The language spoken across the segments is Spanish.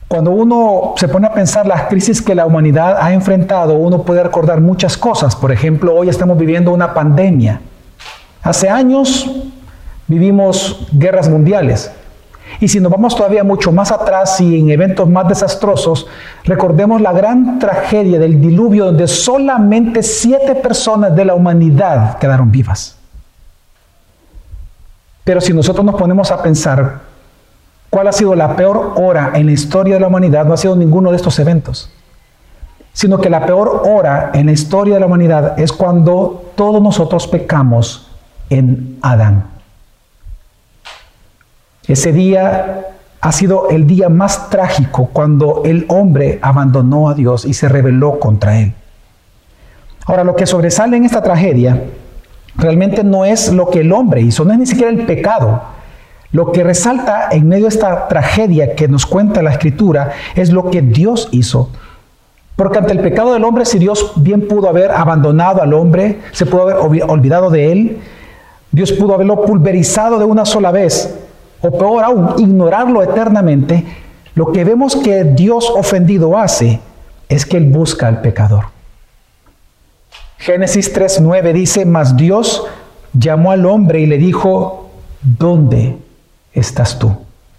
Cuando uno se pone a pensar las crisis que la humanidad ha enfrentado, uno puede recordar muchas cosas. Por ejemplo, hoy estamos viviendo una pandemia. Hace años vivimos guerras mundiales. Y si nos vamos todavía mucho más atrás y en eventos más desastrosos, recordemos la gran tragedia del diluvio donde solamente 7 personas de la humanidad quedaron vivas. Pero si nosotros nos ponemos a pensar cuál ha sido la peor hora en la historia de la humanidad, no ha sido ninguno de estos eventos, sino que la peor hora en la historia de la humanidad es cuando todos nosotros pecamos en Adán. Ese día ha sido el día más trágico cuando el hombre abandonó a Dios y se rebeló contra Él. Ahora, lo que sobresale en esta tragedia realmente no es lo que el hombre hizo, no es ni siquiera el pecado. Lo que resalta en medio de esta tragedia que nos cuenta la Escritura es lo que Dios hizo. Porque ante el pecado del hombre, si Dios bien pudo haber abandonado al hombre, se pudo haber olvidado de él, Dios pudo haberlo pulverizado de una sola vez, o peor aún, ignorarlo eternamente. Lo que vemos que Dios ofendido hace es que Él busca al pecador. Génesis 3:9 dice, mas Dios llamó al hombre y le dijo, ¿dónde estás tú?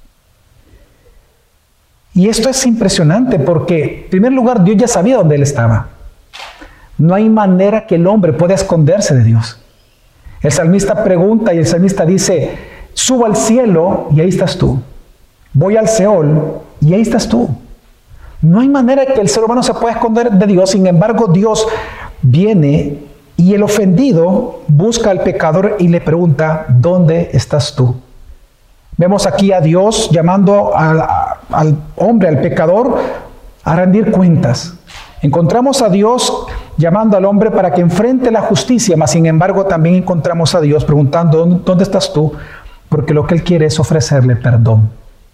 Y esto es impresionante porque, en primer lugar, Dios ya sabía dónde él estaba. No hay manera que el hombre pueda esconderse de Dios. El salmista pregunta y el salmista dice, subo al cielo y ahí estás tú. Voy al Seol y ahí estás tú. No hay manera que el ser humano se pueda esconder de Dios. Sin embargo, Dios viene y el ofendido busca al pecador y le pregunta, ¿dónde estás tú? Vemos aquí a Dios llamando al hombre, al pecador, a rendir cuentas. Encontramos a Dios llamando al hombre para que enfrente la justicia, mas sin embargo también encontramos a Dios preguntando, ¿dónde estás tú? Porque lo que Él quiere es ofrecerle perdón.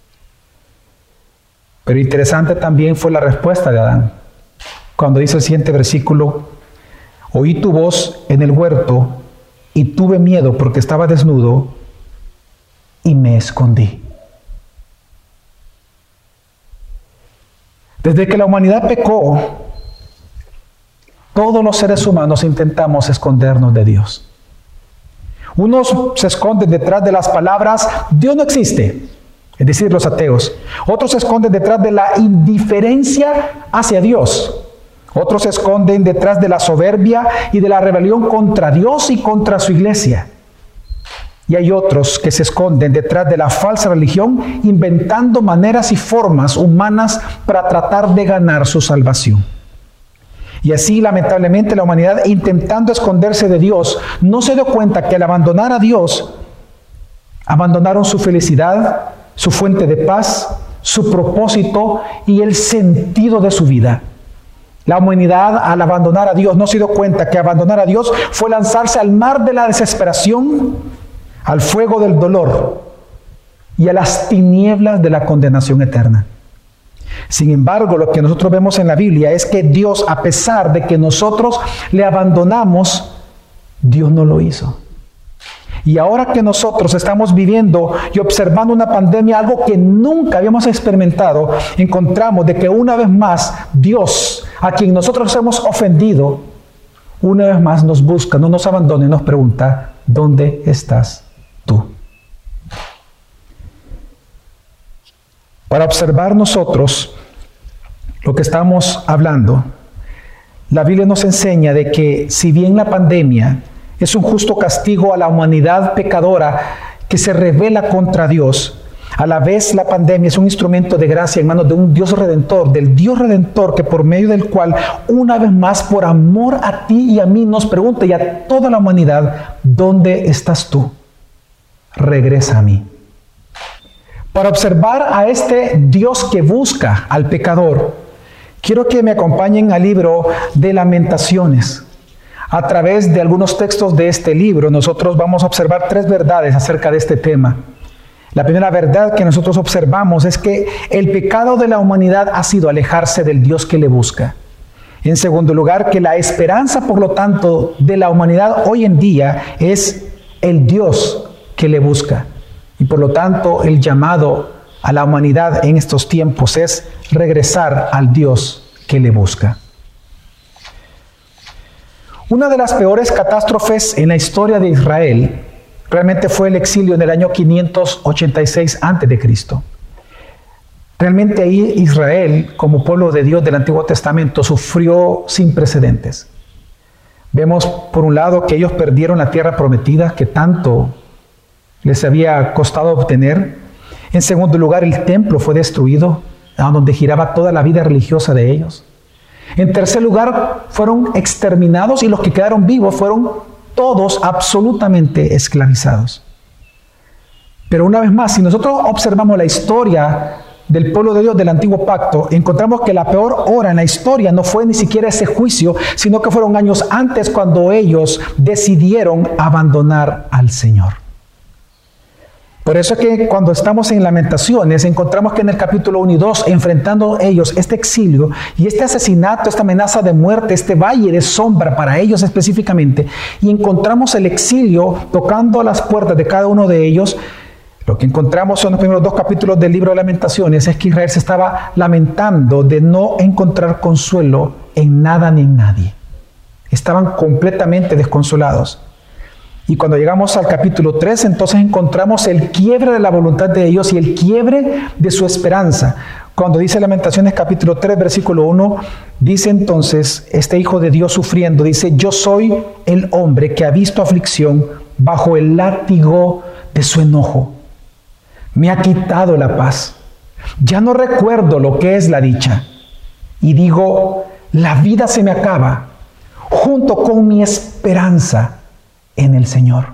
Pero interesante también fue la respuesta de Adán. Cuando dice el siguiente versículo, oí tu voz en el huerto y tuve miedo porque estaba desnudo y me escondí. Desde que la humanidad pecó, todos los seres humanos intentamos escondernos de Dios. Unos se esconden detrás de las palabras, Dios no existe, es decir, los ateos. Otros se esconden detrás de la indiferencia hacia Dios. Otros se esconden detrás de la soberbia y de la rebelión contra Dios y contra su iglesia. Y hay otros que se esconden detrás de la falsa religión, inventando maneras y formas humanas para tratar de ganar su salvación. Y así, lamentablemente, la humanidad, intentando esconderse de Dios, no se dio cuenta que al abandonar a Dios, abandonaron su felicidad, su fuente de paz, su propósito y el sentido de su vida. La humanidad, al abandonar a Dios, no se dio cuenta que abandonar a Dios fue lanzarse al mar de la desesperación, al fuego del dolor y a las tinieblas de la condenación eterna. Sin embargo, lo que nosotros vemos en la Biblia es que Dios, a pesar de que nosotros le abandonamos, Dios no lo hizo. Y ahora que nosotros estamos viviendo y observando una pandemia, algo que nunca habíamos experimentado, encontramos de que una vez más Dios, a quien nosotros hemos ofendido, una vez más nos busca, no nos abandona y nos pregunta, ¿dónde estás tú? Para observar nosotros lo que estamos hablando, la Biblia nos enseña de que si bien la pandemia es un justo castigo a la humanidad pecadora que se rebela contra Dios, a la vez la pandemia es un instrumento de gracia en manos de un Dios redentor, del Dios redentor que por medio del cual una vez más por amor a ti y a mí nos pregunta y a toda la humanidad, ¿dónde estás tú? Regresa a mí. Para observar a este Dios que busca al pecador, quiero que me acompañen al libro de Lamentaciones. A través de algunos textos de este libro, nosotros vamos a observar 3 verdades acerca de este tema. La primera verdad que nosotros observamos es que el pecado de la humanidad ha sido alejarse del Dios que le busca. En segundo lugar, que la esperanza, por lo tanto, de la humanidad hoy en día es el Dios que le busca. Y por lo tanto, el llamado a la humanidad en estos tiempos es regresar al Dios que le busca. Una de las peores catástrofes en la historia de Israel realmente fue el exilio en el año 586 a.C. Realmente ahí Israel, como pueblo de Dios del Antiguo Testamento, sufrió sin precedentes. Vemos por un lado que ellos perdieron la tierra prometida que tanto les había costado obtener. En segundo lugar, el templo fue destruido, a donde giraba toda la vida religiosa de ellos. En tercer lugar, fueron exterminados y los que quedaron vivos fueron todos absolutamente esclavizados. Pero una vez más, si nosotros observamos la historia del pueblo de Dios del Antiguo Pacto, encontramos que la peor hora en la historia no fue ni siquiera ese juicio, sino que fueron años antes cuando ellos decidieron abandonar al Señor. Por eso es que cuando estamos en Lamentaciones, encontramos que en el capítulo 1 y 2, enfrentando ellos este exilio y este asesinato, esta amenaza de muerte, este valle de sombra para ellos específicamente, y encontramos el exilio tocando a las puertas de cada uno de ellos, lo que encontramos en los primeros 2 capítulos del libro de Lamentaciones es que Israel se estaba lamentando de no encontrar consuelo en nada ni en nadie. Estaban completamente desconsolados. Y cuando llegamos al capítulo 3, entonces encontramos el quiebre de la voluntad de ellos y el quiebre de su esperanza. Cuando dice Lamentaciones capítulo 3, versículo 1, dice entonces este Hijo de Dios sufriendo, dice: yo soy el hombre que ha visto aflicción bajo el látigo de su enojo. Me ha quitado la paz. Ya no recuerdo lo que es la dicha. Y digo, la vida se me acaba junto con mi esperanza en el Señor.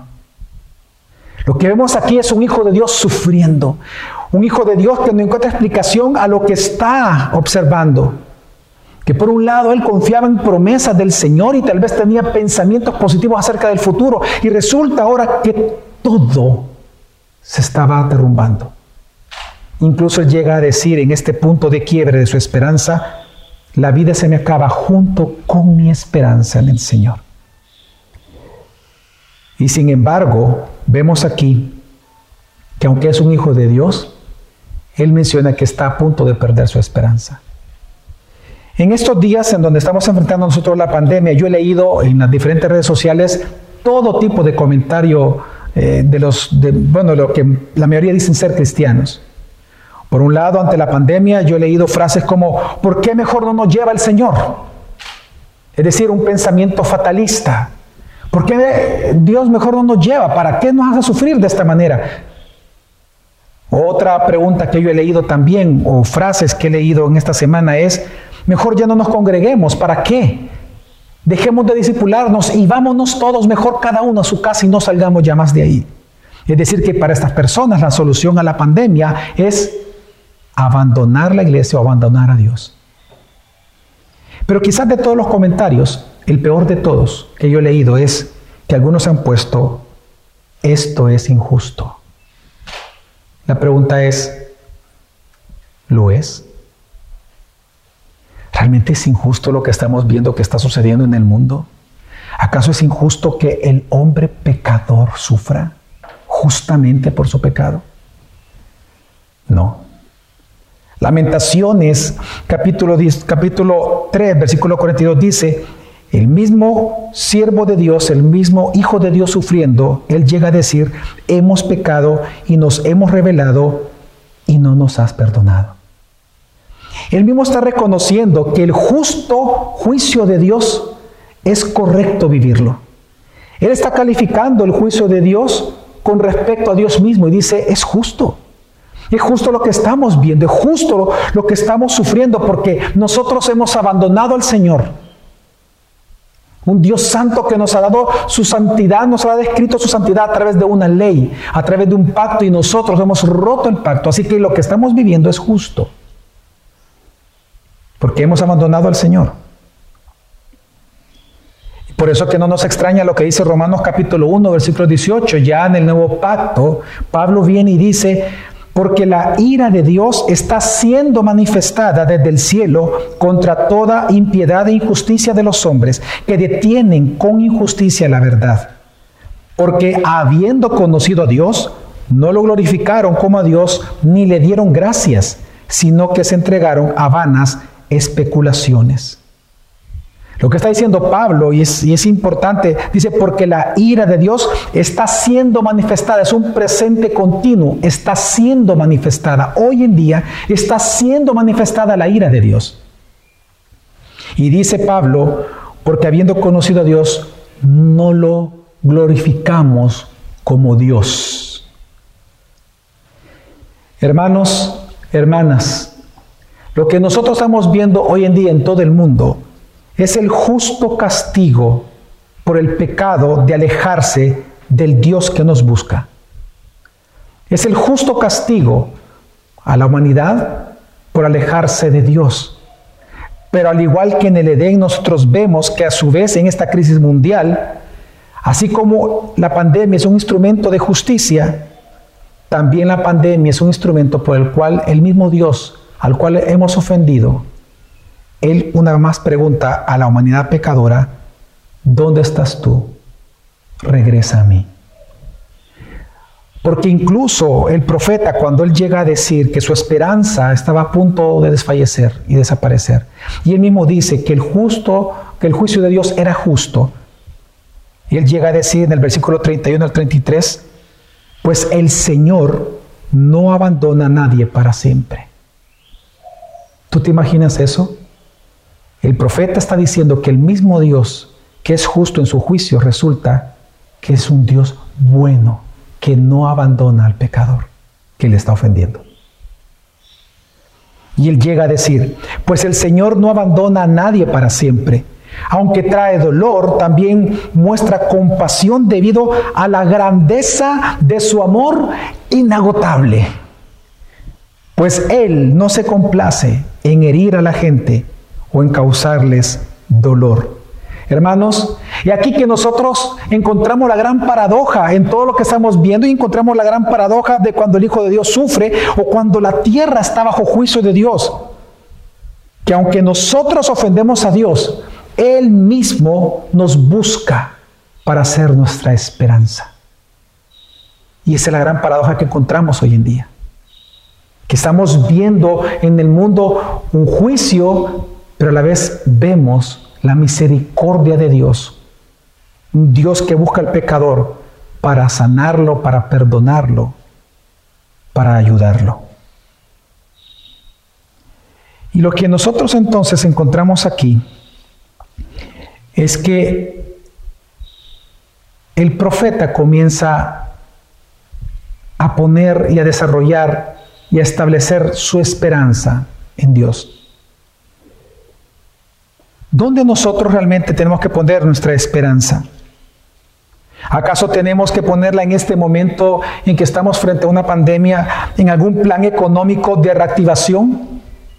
Lo que vemos aquí es un hijo de Dios sufriendo. Un hijo de Dios que no encuentra explicación a lo que está observando. Que por un lado él confiaba en promesas del Señor y tal vez tenía pensamientos positivos acerca del futuro. Y resulta ahora que todo se estaba derrumbando. Incluso él llega a decir en este punto de quiebre de su esperanza: la vida se me acaba junto con mi esperanza en el Señor. Y sin embargo, vemos aquí que aunque es un hijo de Dios, él menciona que está a punto de perder su esperanza. En estos días en donde estamos enfrentando nosotros la pandemia, yo he leído en las diferentes redes sociales todo tipo de comentario lo que la mayoría dicen ser cristianos. Por un lado, ante la pandemia, yo he leído frases como: ¿por qué mejor no nos lleva el Señor? Es decir, un pensamiento fatalista. ¿Por qué Dios mejor no nos lleva? ¿Para qué nos hace sufrir de esta manera? Otra pregunta que yo he leído también, o frases que he leído en esta semana es: mejor ya no nos congreguemos. ¿Para qué? Dejemos de discipularnos y vámonos todos mejor cada uno a su casa y no salgamos ya más de ahí. Es decir, que para estas personas la solución a la pandemia es abandonar la iglesia o abandonar a Dios. Pero quizás de todos los comentarios, el peor de todos que yo he leído es que algunos han puesto: esto es injusto. La pregunta es: ¿lo es? ¿Realmente es injusto lo que estamos viendo que está sucediendo en el mundo? ¿Acaso es injusto que el hombre pecador sufra justamente por su pecado? No. Lamentaciones, capítulo 3, versículo 42 dice: el mismo siervo de Dios, el mismo Hijo de Dios sufriendo, él llega a decir: hemos pecado y nos hemos rebelado y no nos has perdonado. Él mismo está reconociendo que el justo juicio de Dios es correcto vivirlo. Él está calificando el juicio de Dios con respecto a Dios mismo y dice: es justo. Es justo lo que estamos viendo, es justo lo que estamos sufriendo porque nosotros hemos abandonado al Señor. Un Dios santo que nos ha dado su santidad, nos ha descrito su santidad a través de una ley, a través de un pacto, y nosotros hemos roto el pacto. Así que lo que estamos viviendo es justo. Porque hemos abandonado al Señor. Por eso que no nos extraña lo que dice Romanos capítulo 1, versículo 18. Ya en el nuevo pacto, Pablo viene y dice: porque la ira de Dios está siendo manifestada desde el cielo contra toda impiedad e injusticia de los hombres, que detienen con injusticia la verdad. Porque habiendo conocido a Dios, no lo glorificaron como a Dios ni le dieron gracias, sino que se entregaron a vanas especulaciones. Lo que está diciendo Pablo, y es importante, dice, porque la ira de Dios está siendo manifestada, es un presente continuo, está siendo manifestada. Hoy en día está siendo manifestada la ira de Dios. Y dice Pablo, porque habiendo conocido a Dios, no lo glorificamos como Dios. Hermanos, hermanas, lo que nosotros estamos viendo hoy en día en todo el mundo es el justo castigo por el pecado de alejarse del Dios que nos busca. Es el justo castigo a la humanidad por alejarse de Dios. Pero al igual que en el Edén, nosotros vemos que a su vez en esta crisis mundial, así como la pandemia es un instrumento de justicia, también la pandemia es un instrumento por el cual el mismo Dios al cual hemos ofendido, Él una vez más pregunta a la humanidad pecadora, ¿dónde estás tú? Regresa a mí. Porque incluso el profeta, cuando él llega a decir que su esperanza estaba a punto de desfallecer y desaparecer, y él mismo dice que el juicio de Dios era justo, y él llega a decir en el versículo 31 al 33, pues el Señor no abandona a nadie para siempre. ¿Tú te imaginas eso? El profeta está diciendo que el mismo Dios que es justo en su juicio resulta que es un Dios bueno, que no abandona al pecador que le está ofendiendo. Y él llega a decir, pues el Señor no abandona a nadie para siempre. Aunque trae dolor, también muestra compasión debido a la grandeza de su amor inagotable. Pues Él no se complace en herir a la gente o en causarles dolor. Hermanos, y aquí que nosotros encontramos la gran paradoja en todo lo que estamos viendo, y encontramos la gran paradoja de cuando el Hijo de Dios sufre o cuando la tierra está bajo juicio de Dios. Que aunque nosotros ofendemos a Dios, Él mismo nos busca para ser nuestra esperanza. Y esa es la gran paradoja que encontramos hoy en día. Que estamos viendo en el mundo un juicio, pero a la vez vemos la misericordia de Dios. Un Dios que busca al pecador para sanarlo, para perdonarlo, para ayudarlo. Y lo que nosotros entonces encontramos aquí es que el profeta comienza a poner y a desarrollar y a establecer su esperanza en Dios. ¿Dónde nosotros realmente tenemos que poner nuestra esperanza? ¿Acaso tenemos que ponerla en este momento en que estamos frente a una pandemia en algún plan económico de reactivación?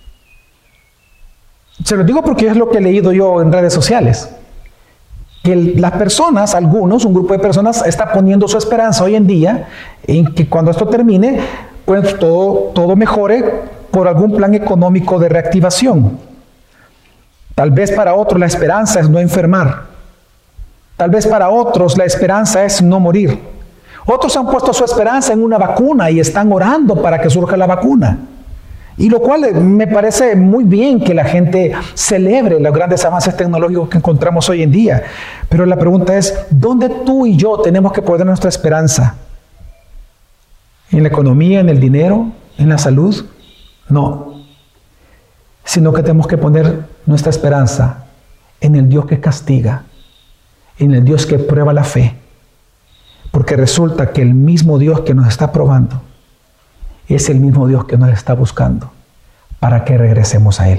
Se lo digo porque es lo que he leído yo en redes sociales. Que las personas, algunos, un grupo de personas está poniendo su esperanza hoy en día en que cuando esto termine, pues todo mejore por algún plan económico de reactivación. Tal vez para otros la esperanza es no enfermar. Tal vez para otros la esperanza es no morir. Otros han puesto su esperanza en una vacuna y están orando para que surja la vacuna. Y lo cual me parece muy bien que la gente celebre los grandes avances tecnológicos que encontramos hoy en día. Pero la pregunta es, ¿dónde tú y yo tenemos que poner nuestra esperanza? ¿En la economía, en el dinero, en la salud? No. Sino que tenemos que poner nuestra esperanza en el Dios que castiga, en el Dios que prueba la fe. Porque resulta que el mismo Dios que nos está probando es el mismo Dios que nos está buscando para que regresemos a Él.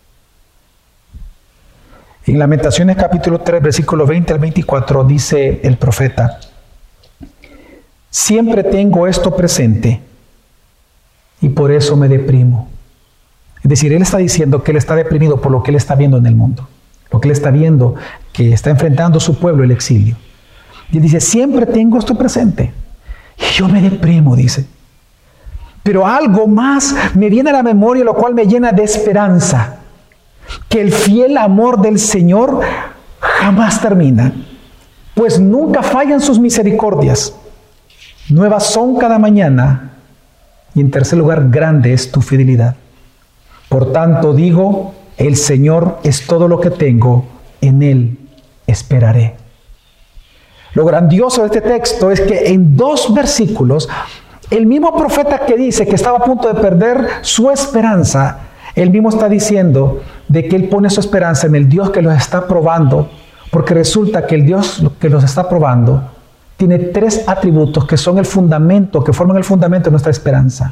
En Lamentaciones capítulo 3, versículo 20 al 24 dice el profeta, siempre tengo esto presente y por eso me deprimo. Es decir, él está diciendo que él está deprimido por lo que él está viendo en el mundo, lo que él está viendo que está enfrentando su pueblo, el exilio. Y él dice, siempre tengo esto presente y yo me deprimo, dice. Pero algo más me viene a la memoria, lo cual me llena de esperanza, que el fiel amor del Señor jamás termina, pues nunca fallan sus misericordias. Nuevas son cada mañana. Y en tercer lugar, grande es tu fidelidad. Por tanto digo, el Señor es todo lo que tengo, en Él esperaré. Lo grandioso de este texto es que en 2 versículos, el mismo profeta que dice que estaba a punto de perder su esperanza, él mismo está diciendo de que él pone su esperanza en el Dios que los está probando, porque resulta que el Dios que los está probando tiene 3 atributos que son el fundamento, que forman el fundamento de nuestra esperanza.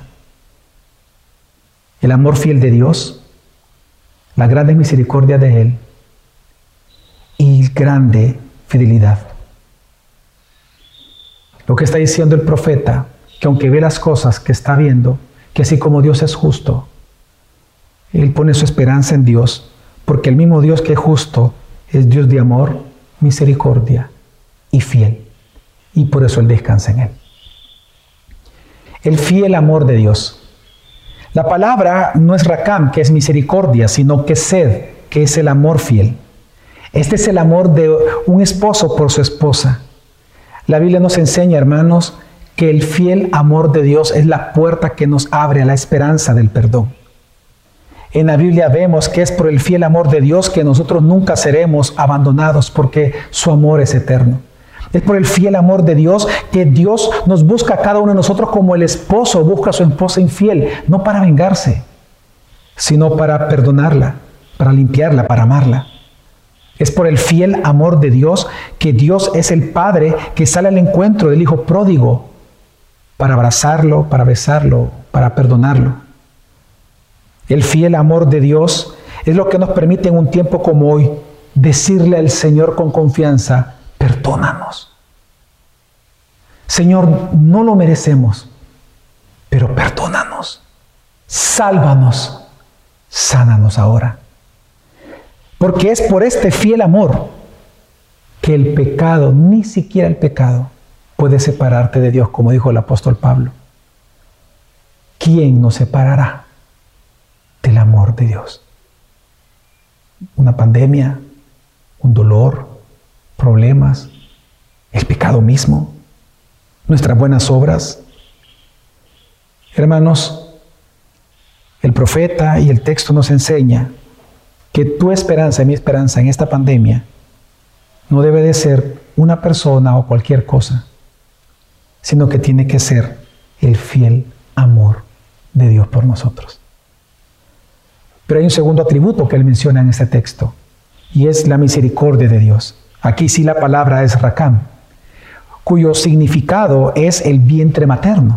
El amor fiel de Dios, la grande misericordia de Él y grande fidelidad. Lo que está diciendo el profeta, que aunque ve las cosas que está viendo, que así como Dios es justo, él pone su esperanza en Dios, porque el mismo Dios que es justo es Dios de amor, misericordia y fiel. Y por eso él descansa en Él. El fiel amor de Dios. La palabra no es rakam, que es misericordia, sino kesed, que es el amor fiel. Este es el amor de un esposo por su esposa. La Biblia nos enseña, hermanos, que el fiel amor de Dios es la puerta que nos abre a la esperanza del perdón. En la Biblia vemos que es por el fiel amor de Dios que nosotros nunca seremos abandonados, porque su amor es eterno. Es por el fiel amor de Dios que Dios nos busca a cada uno de nosotros como el esposo busca a su esposa infiel, no para vengarse, sino para perdonarla, para limpiarla, para amarla. Es por el fiel amor de Dios que Dios es el Padre que sale al encuentro del Hijo pródigo para abrazarlo, para besarlo, para perdonarlo. El fiel amor de Dios es lo que nos permite en un tiempo como hoy decirle al Señor con confianza: perdónanos. Señor, no lo merecemos, pero perdónanos. Sálvanos. Sánanos ahora. Porque es por este fiel amor que el pecado, ni siquiera el pecado, puede separarte de Dios, como dijo el apóstol Pablo. ¿Quién nos separará del amor de Dios? Una pandemia, un dolor, problemas, el pecado mismo, nuestras buenas obras. Hermanos, el profeta y el texto nos enseña que tu esperanza y mi esperanza en esta pandemia no debe de ser una persona o cualquier cosa, sino que tiene que ser el fiel amor de Dios por nosotros. Pero hay un segundo atributo que él menciona en este texto, y es la misericordia de Dios. Aquí sí la palabra es rakam, cuyo significado es el vientre materno.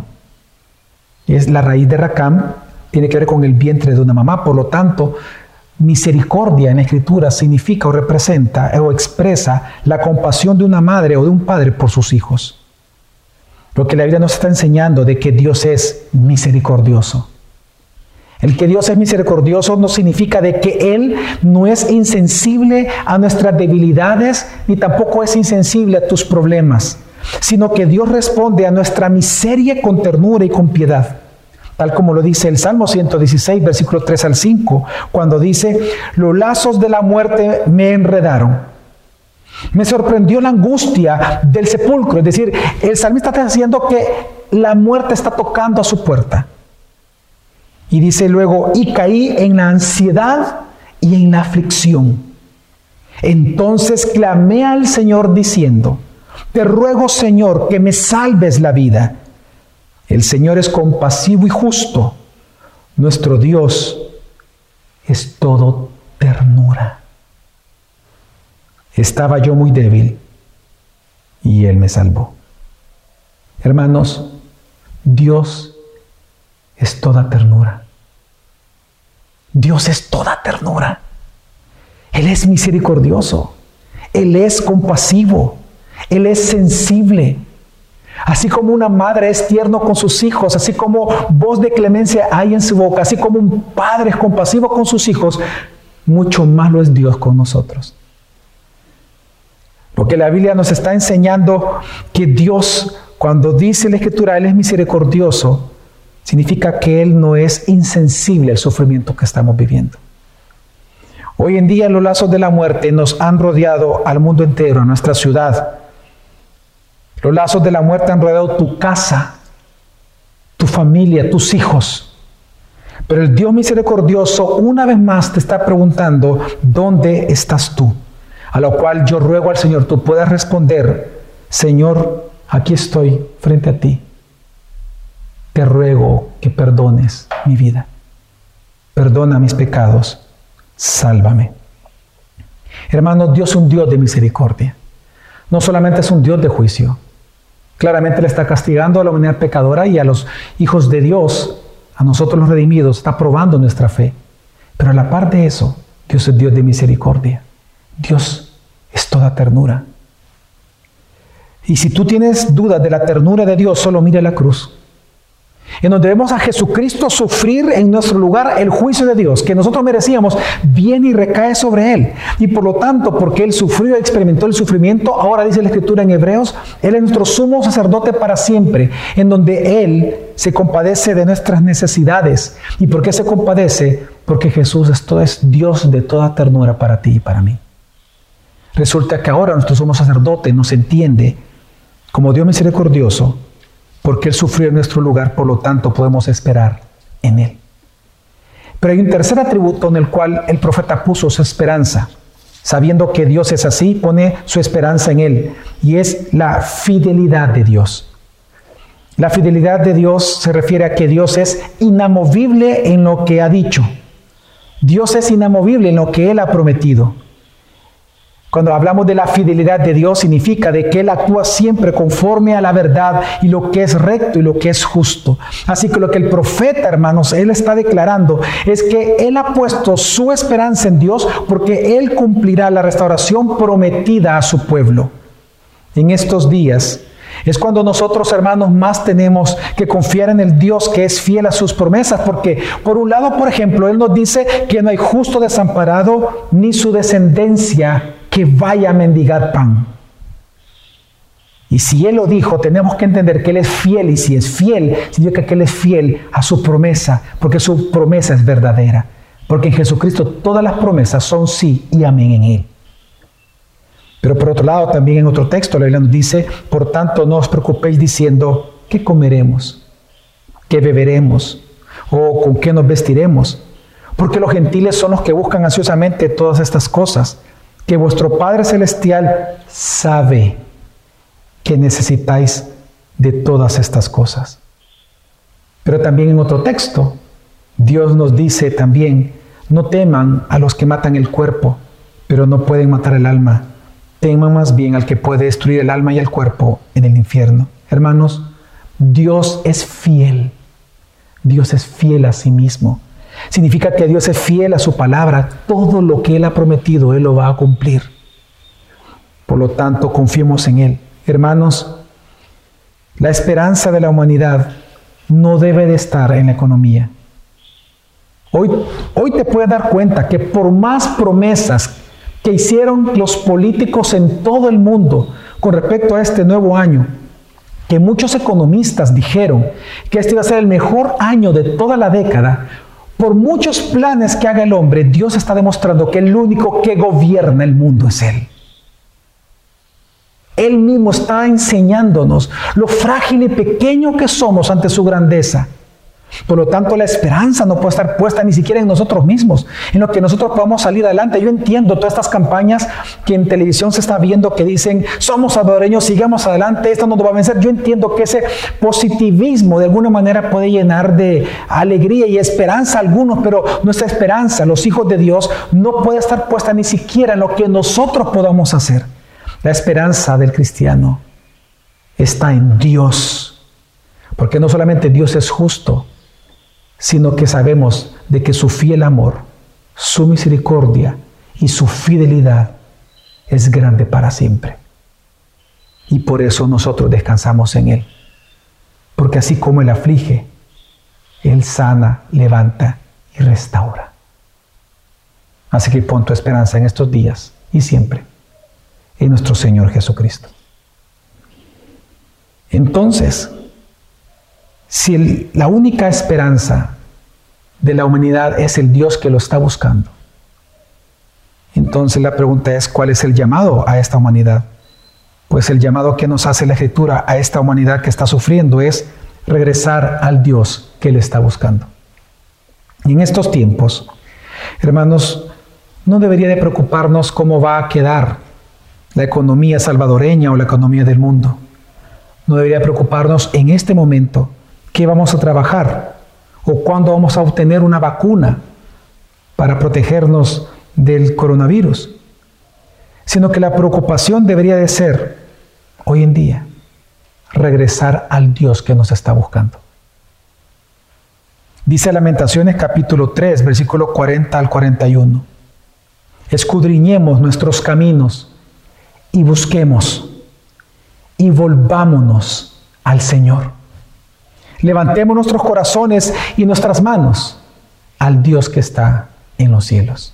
Es la raíz de rakam, tiene que ver con el vientre de una mamá. Por lo tanto, misericordia en la Escritura significa o representa o expresa la compasión de una madre o de un padre por sus hijos. Lo que la Biblia nos está enseñando de que Dios es misericordioso. El que Dios es misericordioso no significa de que Él no es insensible a nuestras debilidades, ni tampoco es insensible a tus problemas, sino que Dios responde a nuestra miseria con ternura y con piedad. Tal como lo dice el Salmo 116, versículo 3 al 5, cuando dice: los lazos de la muerte me enredaron. Me sorprendió la angustia del sepulcro. Es decir, el salmista está diciendo que la muerte está tocando a su puerta. Y dice luego: y caí en la ansiedad y en la aflicción. Entonces clamé al Señor diciendo: te ruego, Señor, que me salves la vida. El Señor es compasivo y justo. Nuestro Dios es todo ternura. Estaba yo muy débil y Él me salvó. Hermanos, Dios es toda ternura. Dios es toda ternura. Él es misericordioso. Él es compasivo. Él es sensible. Así como una madre es tierno con sus hijos, así como voz de clemencia hay en su boca, así como un padre es compasivo con sus hijos, mucho más lo es Dios con nosotros. Porque la Biblia nos está enseñando que Dios, cuando dice la Escritura, Él es misericordioso, significa que Él no es insensible al sufrimiento que estamos viviendo. Hoy en día los lazos de la muerte nos han rodeado al mundo entero, a nuestra ciudad. Los lazos de la muerte han rodeado tu casa, tu familia, tus hijos. Pero el Dios misericordioso una vez más te está preguntando, ¿dónde estás tú? A lo cual yo ruego al Señor, tú puedas responder, Señor, aquí estoy frente a ti. Te ruego que perdones mi vida. Perdona mis pecados. Sálvame. Hermanos, Dios es un Dios de misericordia. No solamente es un Dios de juicio. Claramente le está castigando a la humanidad pecadora y a los hijos de Dios, a nosotros los redimidos, está probando nuestra fe. Pero a la par de eso, Dios es Dios de misericordia. Dios es toda ternura. Y si tú tienes dudas de la ternura de Dios, solo mira la cruz, en donde vemos a Jesucristo sufrir en nuestro lugar el juicio de Dios, que nosotros merecíamos, viene y recae sobre Él. Y por lo tanto, porque Él sufrió y experimentó el sufrimiento, ahora dice la Escritura en Hebreos, Él es nuestro sumo sacerdote para siempre, en donde Él se compadece de nuestras necesidades. ¿Y por qué se compadece? Porque Jesús es Dios de toda ternura para ti y para mí. Resulta que ahora nuestro sumo sacerdote nos entiende como Dios misericordioso, porque Él sufrió en nuestro lugar, por lo tanto podemos esperar en Él. Pero hay un tercer atributo en el cual el profeta puso su esperanza. Sabiendo que Dios es así, pone su esperanza en Él, y es la fidelidad de Dios. La fidelidad de Dios se refiere a que Dios es inamovible en lo que ha dicho. Dios es inamovible en lo que Él ha prometido. Cuando hablamos de la fidelidad de Dios, significa de que Él actúa siempre conforme a la verdad y lo que es recto y lo que es justo. Así que lo que el profeta, hermanos, él está declarando es que él ha puesto su esperanza en Dios porque Él cumplirá la restauración prometida a su pueblo. En estos días es cuando nosotros, hermanos, más tenemos que confiar en el Dios que es fiel a sus promesas, porque por un lado, por ejemplo, Él nos dice que no hay justo desamparado ni su descendencia que vaya a mendigar pan. Y si Él lo dijo, tenemos que entender que Él es fiel, y si es fiel, significa que Él es fiel a su promesa, porque su promesa es verdadera. Porque en Jesucristo todas las promesas son sí y amén en Él. Pero por otro lado, también en otro texto, la Biblia nos dice, por tanto no os preocupéis diciendo, ¿qué comeremos? ¿Qué beberemos? ¿O con qué nos vestiremos? Porque los gentiles son los que buscan ansiosamente todas estas cosas, que vuestro Padre Celestial sabe que necesitáis de todas estas cosas. Pero también en otro texto, Dios nos dice también, no teman a los que matan el cuerpo, pero no pueden matar el alma. Teman más bien al que puede destruir el alma y el cuerpo en el infierno. Hermanos, Dios es fiel. Dios es fiel a sí mismo. Significa que Dios es fiel a su palabra. Todo lo que Él ha prometido, Él lo va a cumplir. Por lo tanto, confiemos en Él. Hermanos, la esperanza de la humanidad no debe de estar en la economía. Hoy te puedes dar cuenta que por más promesas que hicieron los políticos en todo el mundo con respecto a este nuevo año, que muchos economistas dijeron que este iba a ser el mejor año de toda la década, por muchos planes que haga el hombre, Dios está demostrando que el único que gobierna el mundo es Él. Él mismo está enseñándonos lo frágil y pequeño que somos ante su grandeza. Por lo tanto, la esperanza no puede estar puesta ni siquiera en nosotros mismos, en lo que nosotros podamos salir adelante. Yo entiendo todas estas campañas que en televisión se está viendo que dicen, somos salvadoreños, sigamos adelante, esto no nos va a vencer. Yo entiendo que ese positivismo de alguna manera puede llenar de alegría y esperanza a algunos, pero nuestra esperanza, los hijos de Dios, no puede estar puesta ni siquiera en lo que nosotros podamos hacer. La esperanza del cristiano está en Dios, porque no solamente Dios es justo, sino que sabemos de que su fiel amor, su misericordia y su fidelidad es grande para siempre. Y por eso nosotros descansamos en Él. Porque así como Él aflige, Él sana, levanta y restaura. Así que pon tu esperanza en estos días y siempre en nuestro Señor Jesucristo. Entonces, si la única esperanza de la humanidad es el Dios que lo está buscando, entonces la pregunta es, ¿cuál es el llamado a esta humanidad? Pues el llamado que nos hace la Escritura a esta humanidad que está sufriendo es regresar al Dios que le está buscando. Y en estos tiempos, hermanos, no debería de preocuparnos cómo va a quedar la economía salvadoreña o la economía del mundo. No debería preocuparnos en este momento qué vamos a trabajar o cuándo vamos a obtener una vacuna para protegernos del coronavirus, sino que la preocupación debería de ser, hoy en día, regresar al Dios que nos está buscando. Dice Lamentaciones capítulo 3, versículo 40 al 41. Escudriñemos nuestros caminos y busquemos y volvámonos al Señor. Levantemos nuestros corazones y nuestras manos al Dios que está en los cielos.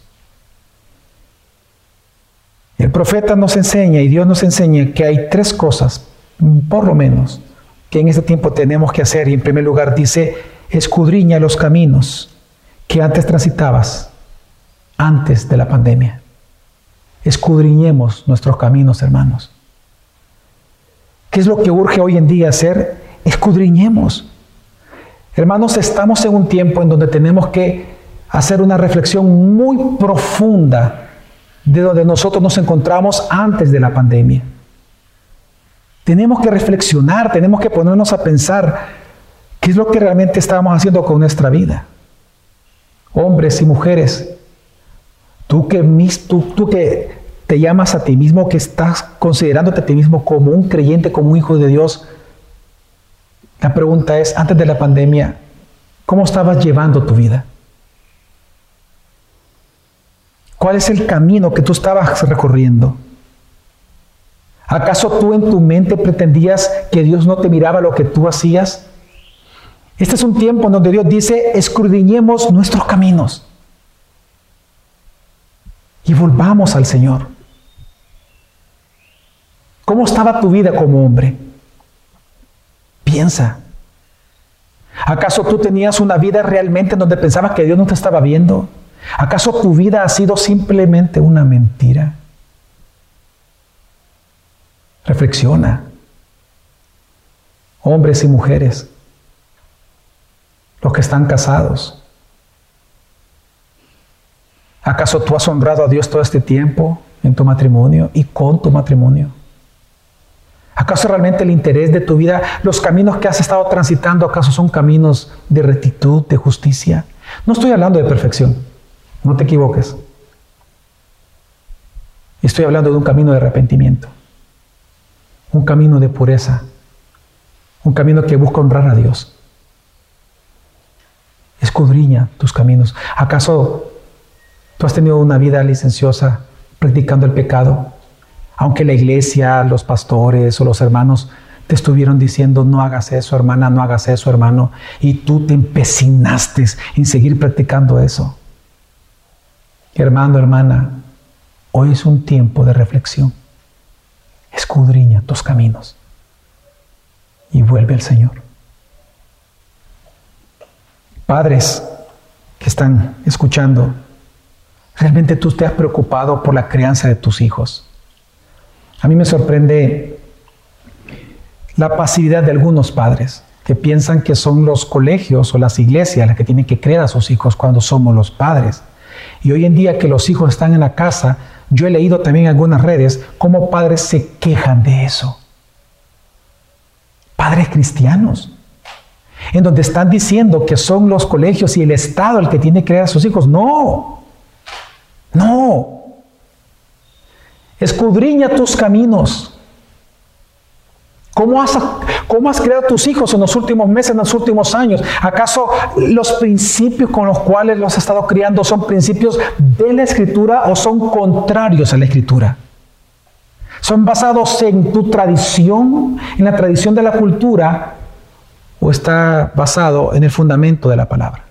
El profeta nos enseña y Dios nos enseña que hay tres cosas, por lo menos, que en este tiempo tenemos que hacer. Y en primer lugar dice, escudriña los caminos que antes transitabas, antes de la pandemia. Escudriñemos nuestros caminos, hermanos. ¿Qué es lo que urge hoy en día hacer? Escudriñemos. Hermanos, estamos en un tiempo en donde tenemos que hacer una reflexión muy profunda de donde nosotros nos encontramos antes de la pandemia. Tenemos que reflexionar, tenemos que ponernos a pensar qué es lo que realmente estábamos haciendo con nuestra vida. Hombres y mujeres, tú que te llamas a ti mismo, que estás considerándote a ti mismo como un creyente, como un hijo de Dios, la pregunta es, antes de la pandemia, ¿cómo estabas llevando tu vida? ¿Cuál es el camino que tú estabas recorriendo? ¿Acaso tú en tu mente pretendías que Dios no te miraba lo que tú hacías? Este es un tiempo en donde Dios dice, escudriñemos nuestros caminos y volvamos al Señor. ¿Cómo estaba tu vida como hombre? Piensa. ¿Acaso tú tenías una vida realmente en donde pensabas que Dios no te estaba viendo? ¿Acaso tu vida ha sido simplemente una mentira? Reflexiona. Hombres y mujeres, los que están casados. ¿Acaso tú has honrado a Dios todo este tiempo en tu matrimonio y con tu matrimonio? ¿Acaso realmente el interés de tu vida, los caminos que has estado transitando, acaso son caminos de rectitud, de justicia? No estoy hablando de perfección, no te equivoques. Estoy hablando de un camino de arrepentimiento, un camino de pureza, un camino que busca honrar a Dios. Escudriña tus caminos. ¿Acaso tú has tenido una vida licenciosa practicando el pecado? Aunque la iglesia, los pastores o los hermanos te estuvieron diciendo, no hagas eso, hermana, no hagas eso, hermano, y tú te empecinaste en seguir practicando eso. Hermano, hermana, hoy es un tiempo de reflexión. Escudriña tus caminos y vuelve al Señor. Padres que están escuchando, ¿realmente tú te has preocupado por la crianza de tus hijos? A mí me sorprende la pasividad de algunos padres que piensan que son los colegios o las iglesias las que tienen que criar a sus hijos cuando somos los padres. Y hoy en día que los hijos están en la casa, yo he leído también en algunas redes cómo padres se quejan de eso. Padres cristianos, en donde están diciendo que son los colegios y el Estado el que tiene que criar a sus hijos. No, no. Escudriña tus caminos. ¿Cómo has creado a tus hijos en los últimos meses, en los últimos años? ¿Acaso los principios con los cuales los has estado criando son principios de la Escritura o son contrarios a la Escritura? ¿Son basados en tu tradición, en la tradición de la cultura, o está basado en el fundamento de la palabra?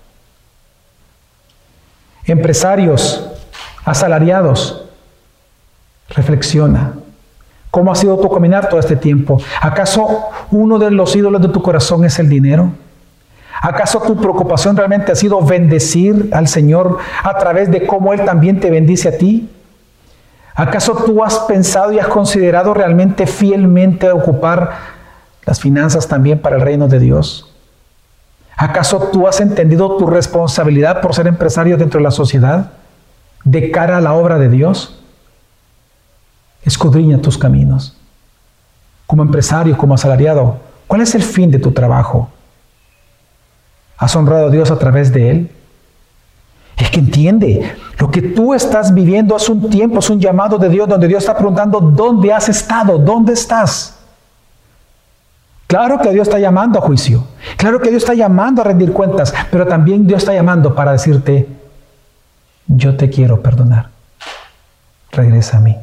Empresarios, asalariados, reflexiona. ¿Cómo ha sido tu caminar todo este tiempo? ¿Acaso uno de los ídolos de tu corazón es el dinero? ¿Acaso tu preocupación realmente ha sido bendecir al Señor a través de cómo Él también te bendice a ti? ¿Acaso tú has pensado y has considerado realmente fielmente ocupar las finanzas también para el reino de Dios? ¿Acaso tú has entendido tu responsabilidad por ser empresario dentro de la sociedad de cara a la obra de Dios? Escudriña tus caminos. Como empresario, como asalariado, ¿cuál es el fin de tu trabajo? ¿Has honrado a Dios a través de él? Es que entiende, lo que tú estás viviendo es un tiempo, es un llamado de Dios donde Dios está preguntando, ¿dónde has estado? ¿Dónde estás? Claro que Dios está llamando a juicio. Claro que Dios está llamando a rendir cuentas, pero también Dios está llamando para decirte, yo te quiero perdonar. Regresa a mí.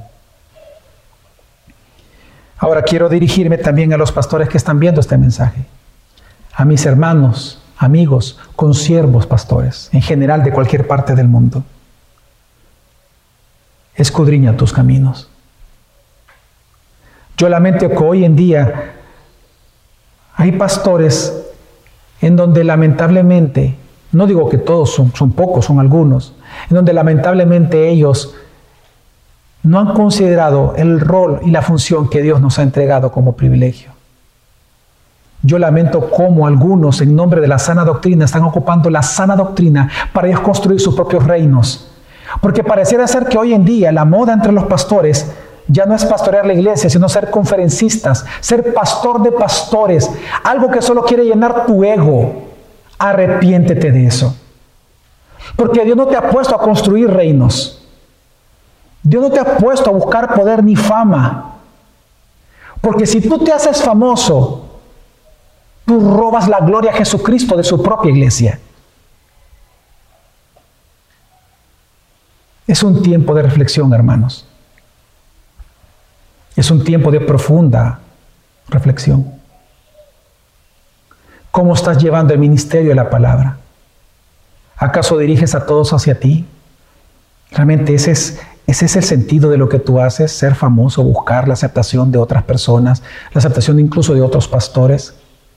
Ahora quiero dirigirme también a los pastores que están viendo este mensaje, a mis hermanos, amigos, consiervos pastores, en general de cualquier parte del mundo. Escudriña tus caminos. Yo lamento que hoy en día hay pastores en donde lamentablemente, no digo que todos son pocos, son algunos, en donde lamentablemente ellos no han considerado el rol y la función que Dios nos ha entregado como privilegio. Yo lamento cómo algunos en nombre de la sana doctrina están ocupando la sana doctrina para ellos construir sus propios reinos. Porque pareciera ser que hoy en día la moda entre los pastores ya no es pastorear la iglesia, sino ser conferencistas, ser pastor de pastores, algo que solo quiere llenar tu ego. Arrepiéntete de eso. Porque Dios no te ha puesto a construir reinos. Dios no te ha puesto a buscar poder ni fama. Porque si tú te haces famoso, tú robas la gloria a Jesucristo de su propia iglesia. Es un tiempo de reflexión, hermanos. Es un tiempo de profunda reflexión. ¿Cómo estás llevando el ministerio de la palabra? ¿Acaso diriges a todos hacia ti? Realmente ese es el sentido de lo que tú haces, ser famoso, buscar la aceptación de otras personas, la aceptación incluso de otros pastores.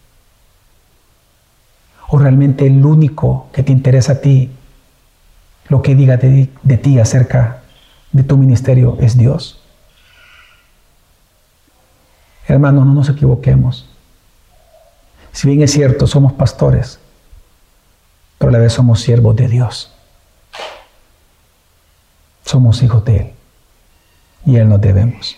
¿O realmente el único que te interesa a ti, lo que diga de ti acerca de tu ministerio es Dios? Hermanos, no nos equivoquemos. Si bien es cierto, somos pastores, pero a la vez somos siervos de Dios. Somos hijos de Él y a Él nos debemos.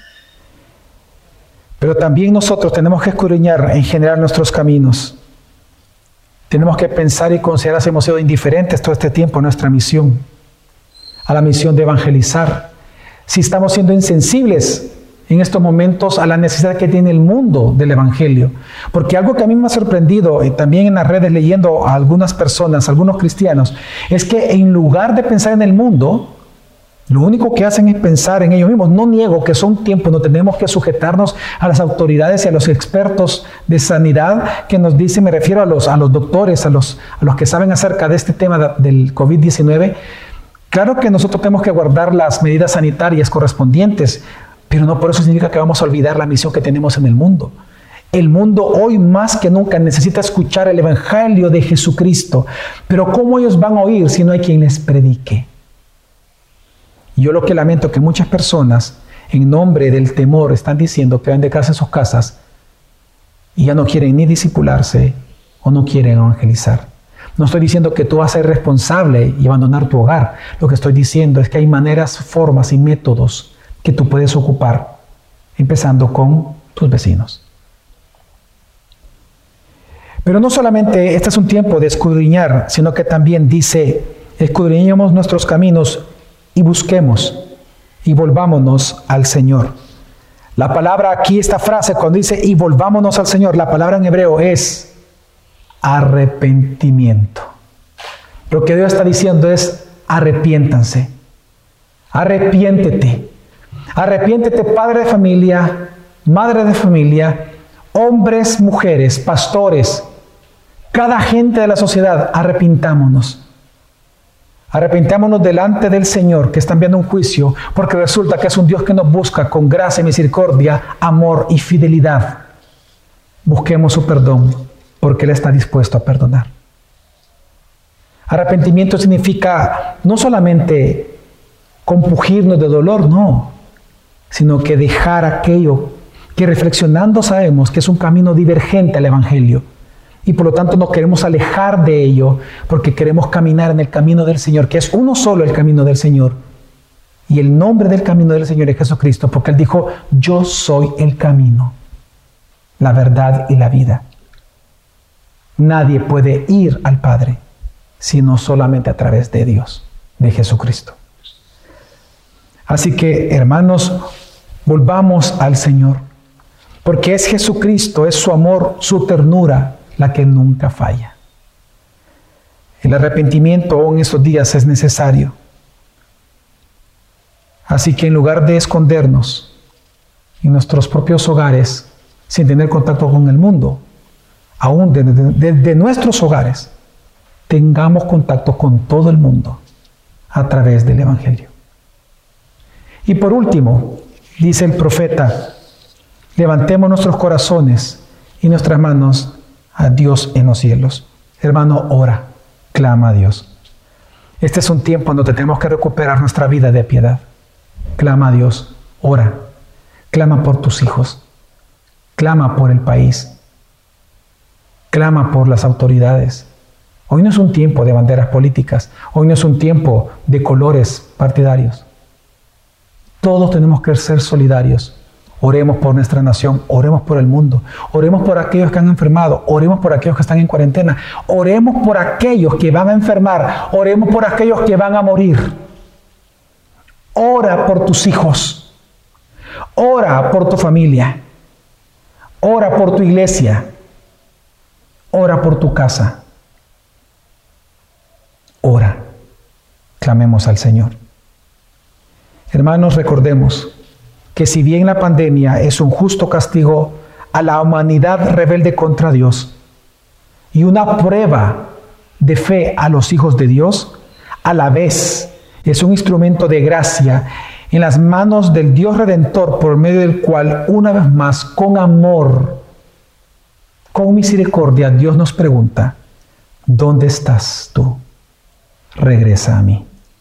Pero también nosotros tenemos que escudriñar en general nuestros caminos. Tenemos que pensar y considerar si hemos sido indiferentes todo este tiempo a nuestra misión, a la misión de evangelizar. Si estamos siendo insensibles en estos momentos a la necesidad que tiene el mundo del evangelio. Porque algo que a mí me ha sorprendido, y también en las redes leyendo a algunas personas, a algunos cristianos, es que en lugar de pensar en el mundo, lo único que hacen es pensar en ellos mismos. No niego que son tiempos donde tenemos que sujetarnos a las autoridades y a los expertos de sanidad que nos dicen, me refiero a los doctores, a los que saben acerca de este tema del COVID-19. Claro que nosotros tenemos que guardar las medidas sanitarias correspondientes, pero no por eso significa que vamos a olvidar la misión que tenemos en el mundo. El mundo hoy más que nunca necesita escuchar el evangelio de Jesucristo. Pero ¿cómo ellos van a oír si no hay quien les predique? Yo lo que lamento es que muchas personas, en nombre del temor, están diciendo que van de casa a sus casas y ya no quieren ni discipularse o no quieren evangelizar. No estoy diciendo que tú vas a ser responsable y abandonar tu hogar. Lo que estoy diciendo es que hay maneras, formas y métodos que tú puedes ocupar, empezando con tus vecinos. Pero no solamente este es un tiempo de escudriñar, sino que también dice, escudriñemos nuestros caminos y busquemos y volvámonos al Señor. La palabra aquí, esta frase, cuando dice y volvámonos al Señor, la palabra en hebreo es arrepentimiento. Lo que Dios está diciendo es arrepiéntanse, arrepiéntete. Arrepiéntete, padre de familia, madre de familia, hombres, mujeres, pastores, cada gente de la sociedad, arrepintámonos. Arrepintámonos delante del Señor que está enviando un juicio, porque resulta que es un Dios que nos busca con gracia, misericordia, amor y fidelidad. Busquemos su perdón, porque Él está dispuesto a perdonar. Arrepentimiento significa no solamente compugirnos de dolor, no, sino que dejar aquello que reflexionando sabemos que es un camino divergente al Evangelio. Y por lo tanto nos queremos alejar de ello porque queremos caminar en el camino del Señor, que es uno solo el camino del Señor. Y el nombre del camino del Señor es Jesucristo, porque Él dijo, yo soy el camino, la verdad y la vida. Nadie puede ir al Padre, sino solamente a través de Dios, de Jesucristo. Así que, hermanos, volvamos al Señor, porque es Jesucristo, es su amor, su ternura, la que nunca falla. El arrepentimiento en estos días es necesario. Así que en lugar de escondernos en nuestros propios hogares, sin tener contacto con el mundo, aún desde nuestros hogares, tengamos contacto con todo el mundo a través del Evangelio. Y por último, dice el profeta, levantemos nuestros corazones y nuestras manos a Dios en los cielos. Hermano, ora, clama a Dios. Este es un tiempo en donde tenemos que recuperar nuestra vida de piedad. Clama a Dios, ora, clama por tus hijos, clama por el país, clama por las autoridades. Hoy no es un tiempo de banderas políticas, hoy no es un tiempo de colores partidarios. Todos tenemos que ser solidarios. Oremos por nuestra nación, oremos por el mundo, oremos por aquellos que han enfermado, oremos por aquellos que están en cuarentena, oremos por aquellos que van a enfermar, oremos por aquellos que van a morir. Ora por tus hijos, ora por tu familia, ora por tu iglesia, ora por tu casa. Ora, clamemos al Señor. Hermanos, recordemos que si bien la pandemia es un justo castigo a la humanidad rebelde contra Dios y una prueba de fe a los hijos de Dios, a la vez es un instrumento de gracia en las manos del Dios Redentor, por medio del cual, una vez más, con amor, con misericordia, Dios nos pregunta, ¿dónde estás tú? Regresa a mí.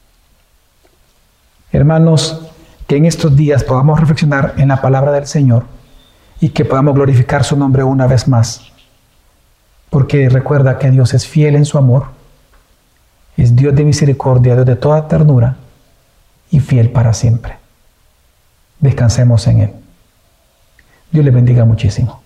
Hermanos, que en estos días podamos reflexionar en la palabra del Señor y que podamos glorificar su nombre una vez más. Porque recuerda que Dios es fiel en su amor, es Dios de misericordia, Dios de toda ternura y fiel para siempre. Descansemos en Él. Dios le bendiga muchísimo.